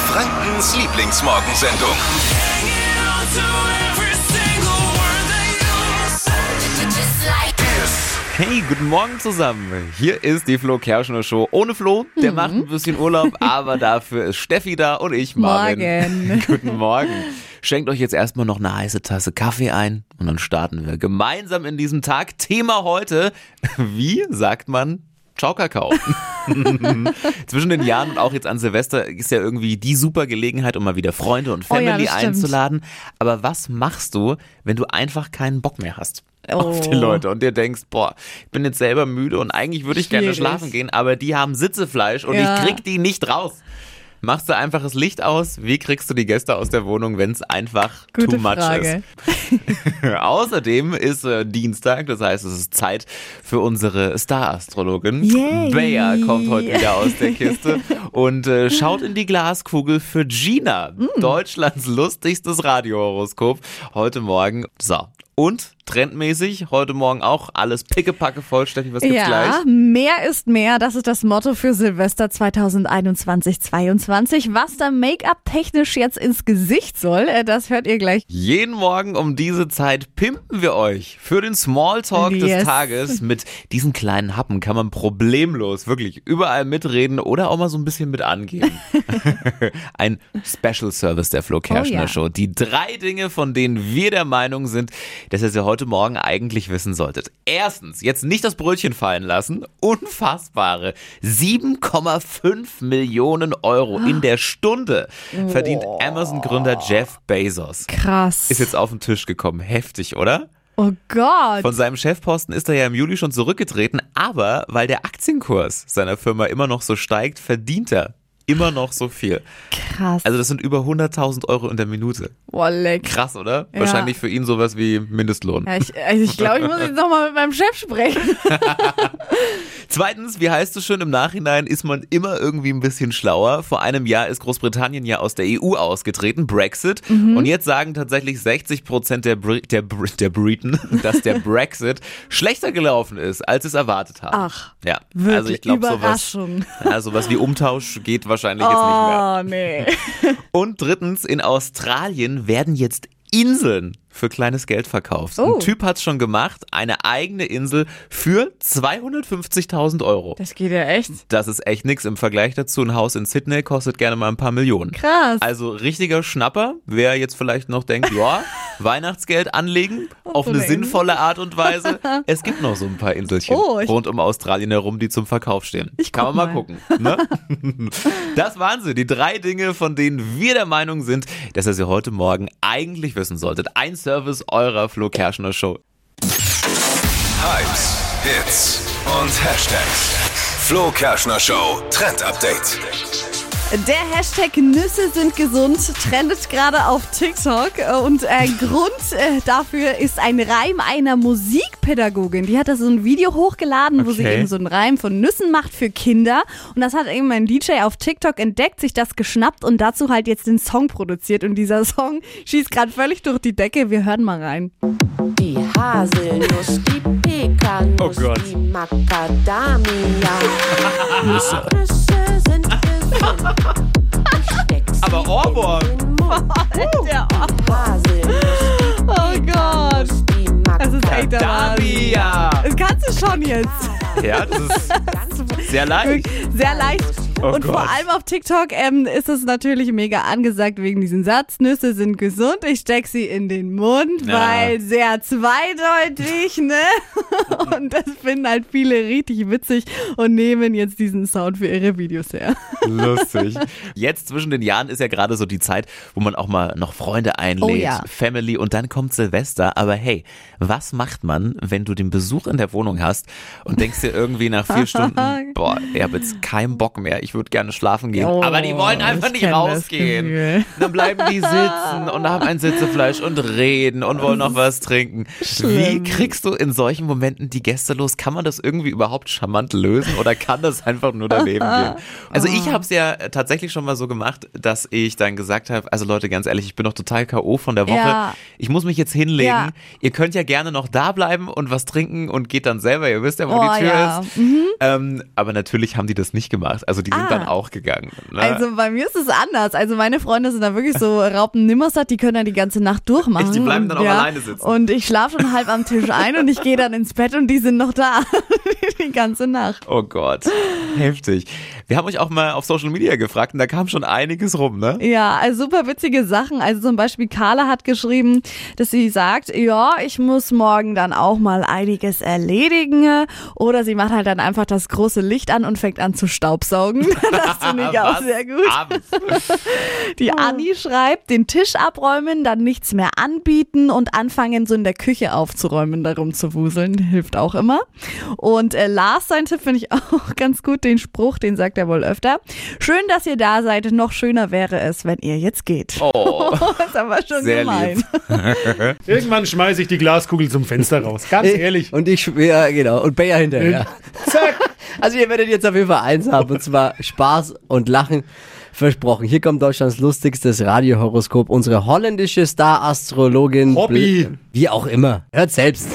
Frankens Lieblingsmorgensendung. Hey, guten Morgen zusammen. Hier ist die Flo Kerschner Show. Ohne Flo, der macht ein bisschen Urlaub, aber dafür ist Steffi da und ich, Marvin. Morgen. Guten Morgen. Schenkt euch jetzt erstmal noch eine heiße Tasse Kaffee ein und dann starten wir gemeinsam in diesem Tag. Thema heute, wie sagt man Ciao Kakao? Zwischen den Jahren und auch jetzt an Silvester ist ja irgendwie die super Gelegenheit, um mal wieder Freunde und Family das stimmt. einzuladen. Aber was machst du, wenn du einfach keinen Bock mehr hast auf die Leute und dir denkst, boah, ich bin jetzt selber müde und eigentlich würde ich gerne Schwierig. schlafen gehen, aber die haben Sitzefleisch und Ja. ich krieg die nicht raus. Machst du einfach das Licht aus? Wie kriegst du die Gäste aus der Wohnung, wenn es einfach Gute too much Frage. ist? Außerdem ist Dienstag, das heißt, es ist Zeit für unsere Star-Astrologin. Yay. Bea kommt heute wieder aus der Kiste und schaut in die Glaskugel für Gina, Deutschlands lustigstes Radiohoroskop, heute Morgen. So, und trendmäßig, heute Morgen auch alles pickepacke voll. Steffi, was gibt's gleich? Ja, mehr ist mehr. Das ist das Motto für Silvester 2021-22. Was da Make-up technisch jetzt ins Gesicht soll, das hört ihr gleich. Jeden Morgen um diese Zeit pimpen wir euch für den Smalltalk des Yes. Tages. Mit diesen kleinen Happen kann man problemlos wirklich überall mitreden oder auch mal so ein bisschen mit angeben. Ein Special Service der Flo Kerschner Oh ja. Show. Die 3 Dinge, von denen wir der Meinung sind, dass ihr sie heute Morgen eigentlich wissen solltet. Erstens, jetzt nicht das Brötchen fallen lassen. Unfassbare 7,5 Millionen Euro in der Stunde verdient Amazon-Gründer Jeff Bezos. Krass. Ist jetzt auf den Tisch gekommen. Heftig, oder? Oh Gott. Von seinem Chefposten ist er ja im Juli schon zurückgetreten, aber weil der Aktienkurs seiner Firma immer noch so steigt, verdient er immer noch so viel. Krass. Also das sind über 100.000 Euro in der Minute. Boah, leck. Krass, oder? Ja. Wahrscheinlich für ihn sowas wie Mindestlohn. Ja, ich glaube, ich muss jetzt nochmal mit meinem Chef sprechen. Zweitens, wie heißt es schon, im Nachhinein ist man immer irgendwie ein bisschen schlauer. Vor einem Jahr ist Großbritannien ja aus der EU ausgetreten, Brexit. Und jetzt sagen tatsächlich 60% der Briten, dass der Brexit schlechter gelaufen ist, als es erwartet haben. Ach, ja, wirklich, also ich glaube Überraschung. sowas wie Umtausch geht wahrscheinlich jetzt nicht mehr. Oh, nee. Und drittens, in Australien werden jetzt Inseln für kleines Geld verkauft. Oh. Ein Typ hat's schon gemacht, eine eigene Insel für 250.000 Euro. Das geht ja echt. Das ist echt nix im Vergleich dazu. Ein Haus in Sydney kostet gerne mal ein paar Millionen. Krass. Also richtiger Schnapper. Wer jetzt vielleicht noch denkt, ja, Weihnachtsgeld anlegen auf so eine eine Insel. sinnvolle Art und Weise. Es gibt noch so ein paar Inselchen Oh, rund um Australien herum, die zum Verkauf stehen. Ich Kann guck man mal mal. gucken. Ne? Das waren sie, die 3 Dinge, von denen wir der Meinung sind, dass ihr sie heute Morgen eigentlich wissen solltet. Ein Service eurer Flo Kerschner Show. Hypes, Hits und Hashtags. Flo Kerschner Show Trend Update. Der Hashtag Nüsse sind gesund trendet gerade auf TikTok und Grund dafür ist ein Reim einer Musikpädagogin. Die hat da so ein Video hochgeladen, wo sie Okay. eben so einen Reim von Nüssen macht für Kinder und das hat eben ein DJ auf TikTok entdeckt, sich das geschnappt und dazu halt jetzt den Song produziert und dieser Song schießt gerade völlig durch die Decke. Wir hören mal rein. Die Haselnuss, die Pekanuss, Oh Gott. die Macadamia. Nüsse sind gesund. Ich steck sie Aber Ohrwurm. in den Mund. Der Haselnuss, Oh Gott. die Das ist echt der Wahnsinn. Damia. Das kannst du schon jetzt. Ja, das ist sehr leicht. Sehr leicht. Oh und Gott. vor allem auf TikTok ist es natürlich mega angesagt wegen diesem Satz. Nüsse sind gesund, ich steck sie in den Mund, Ja. weil sehr zweideutig, ne? Und das finden halt viele richtig witzig und nehmen jetzt diesen Sound für ihre Videos her. Lustig. Jetzt zwischen den Jahren ist ja gerade so die Zeit, wo man auch mal noch Freunde einlädt, Oh ja. Family und dann kommt Silvester. Aber hey, was macht man, wenn du den Besuch in der Wohnung hast und denkst dir irgendwie nach 4 Stunden, boah, ich habe jetzt keinen Bock mehr, ich würde gerne schlafen gehen. Oh, aber die wollen einfach ich nicht kenn das rausgehen. Gefühl. Dann bleiben die sitzen und haben ein Sitzefleisch und reden und wollen noch was trinken. Wie schlimm. kriegst du in solchen Momenten die Gäste los? Kann man das irgendwie überhaupt charmant lösen oder kann das einfach nur daneben gehen? Also ich habe es ja tatsächlich schon mal so gemacht, dass ich dann gesagt habe, also Leute, ganz ehrlich, ich bin doch total K.O. von der Woche. Ja. Ich muss mich jetzt hinlegen. Ja. Ihr könnt ja gerne noch da bleiben und was trinken und geht dann selber. Ihr wisst ja, wo die Tür ja. ist. Aber natürlich haben die das nicht gemacht. Also diese sind dann auch gegangen. Ne? Also bei mir ist es anders. Also meine Freunde sind da wirklich so Raupen-Nimmersatt, die können dann die ganze Nacht durchmachen. Die bleiben dann auch alleine sitzen. Und ich schlafe schon halb am Tisch ein und ich gehe dann ins Bett und die sind noch da. Die ganze Nacht. Oh Gott, heftig. Wir haben euch auch mal auf Social Media gefragt und da kam schon einiges rum, ne? Ja, also super witzige Sachen. Also zum Beispiel Carla hat geschrieben, dass sie sagt, ja, ich muss morgen dann auch mal einiges erledigen. Oder sie macht halt dann einfach das große Licht an und fängt an zu staubsaugen. Das finde ich auch sehr gut. Die Anni schreibt, den Tisch abräumen, dann nichts mehr anbieten und anfangen so in der Küche aufzuräumen, darum zu wuseln. Hilft auch immer. Und Lars, sein Tipp finde ich auch ganz gut, den Spruch, den sagt er wohl öfter. Schön, dass ihr da seid. Noch schöner wäre es, wenn ihr jetzt geht. Oh, das ist aber schon sehr gemein. lieb. Irgendwann schmeiße ich die Glaskugel zum Fenster raus. Ganz ehrlich. Und ja, genau. Und Bayer hinterher. Zack. Also ihr werdet jetzt auf jeden Fall eins haben, und zwar Spaß und Lachen. Versprochen. Hier kommt Deutschlands lustigstes Radiohoroskop. Unsere holländische Star-Astrologin. Hobby. Wie auch immer. Hört selbst.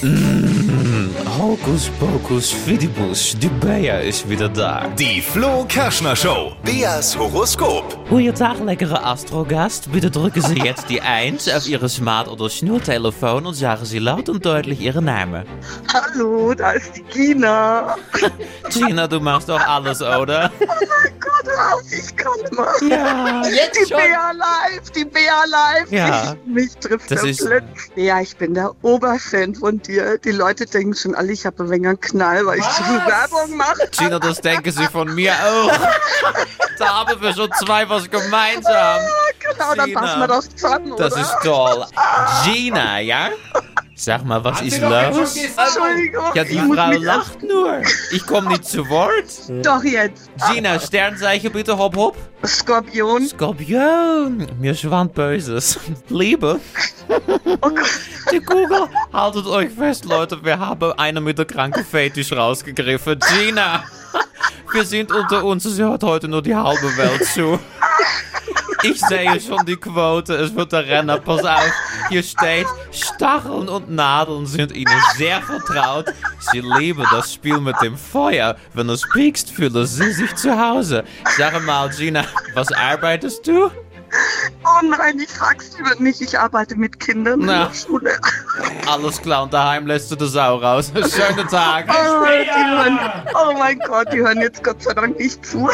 Hokus pokus fidibus, die Bea ist wieder da. Die Flo Kerschner Show. Beas Horoskop. Guten Tag, leckere Astrogast. Bitte drücken Sie jetzt die 1 auf Ihre Smart- oder Schnurtelefon und sagen Sie laut und deutlich Ihren Namen. Hallo, da ist die Gina. Gina, du machst doch alles, oder? Oh mein Gott, hör auf, ich kann immer. Ja, Die Bea live. Ja. Mich trifft Das der ist- Blitz. Ja, ich bin der Oberfan von dir. Die Leute denken schon alle, ich habe ein wenig einen Knall, weil ich so viel Werbung mache. Gina, das denken Sie von mir auch. Da haben wir schon 2 was gemeinsam. Genau, dann Gina. passen wir doch zusammen, Das oder? ist toll. Gina, ja? Sag mal, was ist los? Entschuldigung, Ja, die ich muss Frau mich lacht nur. Ich komme nicht zu Wort. Doch jetzt. Gina, Sternzeichen bitte, hopp, hopp. Skorpion. Skorpion, mir schwant Böses. Liebe, Oh Gott. die Kugel. Haltet euch fest, Leute, wir haben eine mit der kranken Fetisch rausgegriffen. Gina, wir sind unter uns, es hört heute nur die halbe Welt zu. Ich sehe schon die Quote, es wird der Renner, pass auf. Hier steht, Stacheln und Nadeln sind ihnen sehr vertraut. Sie lieben das Spiel mit dem Feuer. Wenn es piekst, fühlen sie sich zu Hause. Sag mal, Gina, was arbeitest du? Oh nein, ich frag's lieber nicht. Ich arbeite mit Kindern in Na. der Schule. Alles klar, und daheim lässt du die Sau raus. Schönen Tag. Oh mein Gott, die hören jetzt Gott sei Dank nicht zu.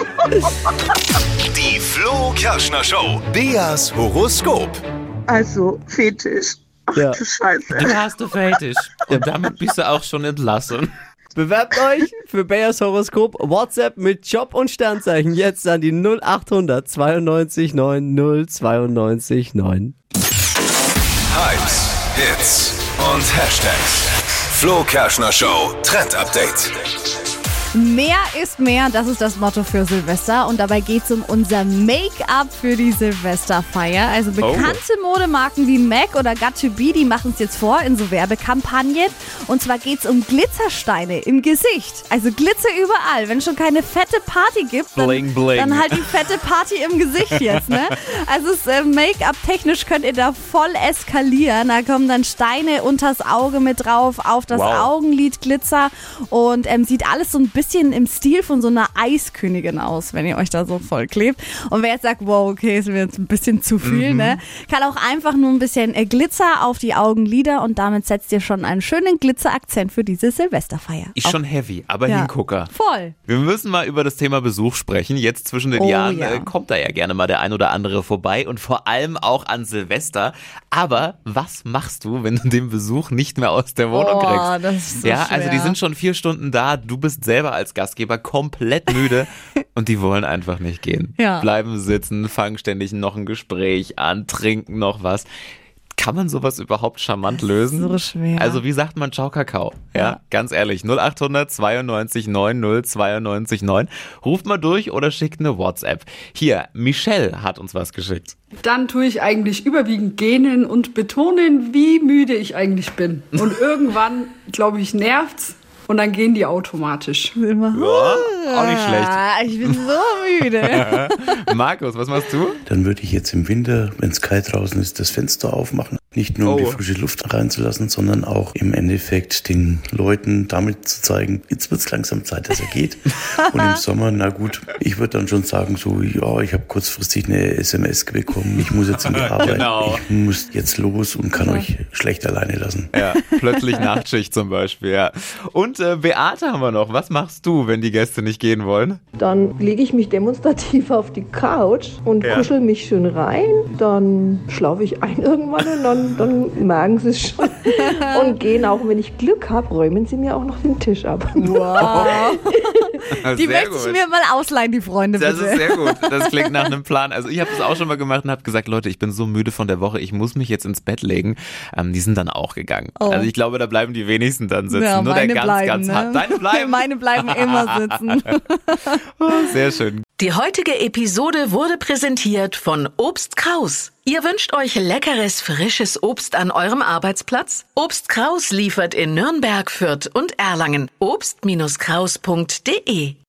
Die Flo Kerschner Show. Beas Horoskop. Also, Fetisch. Ach Ja. du Scheiße. Du hast den Fetisch. Und damit bist du auch schon entlassen. Bewerbt euch für Bayers Horoskop. WhatsApp mit Job und Sternzeichen. Jetzt an die 0800 92 9 092 9. Hypes, Hits und Hashtags. Flo Kerschner Show Trend Update. Mehr ist mehr, das ist das Motto für Silvester und dabei geht es um unser Make-up für die Silvesterfeier. Also bekannte Modemarken wie MAC oder Got2b, die machen es jetzt vor in so Werbekampagnen und zwar geht es um Glitzersteine im Gesicht. Also Glitzer überall. Wenn es schon keine fette Party gibt, dann, Bling, bling. dann halt die fette Party im Gesicht jetzt, ne? Also Make-up technisch könnt ihr da voll eskalieren. Da kommen dann Steine unters Auge mit drauf, auf das Wow. Augenlid Glitzer und sieht alles so ein bisschen im Stil von so einer Eiskönigin aus, wenn ihr euch da so voll klebt. Und wer jetzt sagt, wow, okay, ist mir jetzt ein bisschen zu viel, ne? Kann auch einfach nur ein bisschen Glitzer auf die Augenlider und damit setzt ihr schon einen schönen Glitzerakzent für diese Silvesterfeier. Ist schon heavy, aber Ja. Hingucker. Voll. Wir müssen mal über das Thema Besuch sprechen. Jetzt zwischen den Oh, Jahren ja. kommt da ja gerne mal der ein oder andere vorbei und vor allem auch an Silvester. Aber was machst du, wenn du den Besuch nicht mehr aus der Wohnung kriegst? Das ist so Ja, schwer. also die sind schon 4 Stunden da, du bist selber als Gastgeber komplett müde und die wollen einfach nicht gehen. Ja. Bleiben sitzen, fangen ständig noch ein Gespräch an, trinken noch was. Kann man sowas überhaupt charmant lösen? so schwer. Also wie sagt man Ciao Kakao? Ja, ganz ehrlich, 0800 92 90 92 9. Ruft mal durch oder schickt eine WhatsApp. Hier, Michelle hat uns was geschickt. Dann tue ich eigentlich überwiegend gähnen und betonen, wie müde ich eigentlich bin. Und irgendwann, glaube ich, nervt's und dann gehen die automatisch. Immer, Ja, auch nicht schlecht. Ich bin so müde. Markus, was machst du? Dann würde ich jetzt im Winter, wenn es kalt draußen ist, das Fenster aufmachen. Nicht nur um die frische Luft reinzulassen, sondern auch im Endeffekt den Leuten damit zu zeigen, jetzt wird es langsam Zeit, dass er geht. Und im Sommer, na gut, ich würde dann schon sagen, so, ja, ich habe kurzfristig eine SMS bekommen, ich muss jetzt in die Arbeit, ich muss jetzt los und kann euch schlecht alleine lassen. Ja, plötzlich Nachtschicht zum Beispiel, ja. Und Beate haben wir noch. Was machst du, wenn die Gäste nicht gehen wollen? Dann lege ich mich demonstrativ auf die Couch und kuschel mich schön rein. Dann schlafe ich ein irgendwann und dann merken sie es schon. Und gehen auch, wenn ich Glück habe, räumen sie mir auch noch den Tisch ab. Wow. Die Sehr möchte ich gut. mir mal ausleihen, die Freunde, bitte. Das ist sehr gut. Das klingt nach einem Plan. Also ich habe das auch schon mal gemacht und habe gesagt, Leute, ich bin so müde von der Woche, ich muss mich jetzt ins Bett legen. Die sind dann auch gegangen. Also ich glaube, da bleiben die wenigsten dann sitzen. Ja, Nur der meine ganz, bleiben, ganz ne? hart. Deine bleiben. Meine bleiben immer sitzen. Sehr schön. Die heutige Episode wurde präsentiert von Obst Kraus. Ihr wünscht euch leckeres, frisches Obst an eurem Arbeitsplatz? Obst Kraus liefert in Nürnberg, Fürth und Erlangen. Obst-Kraus.de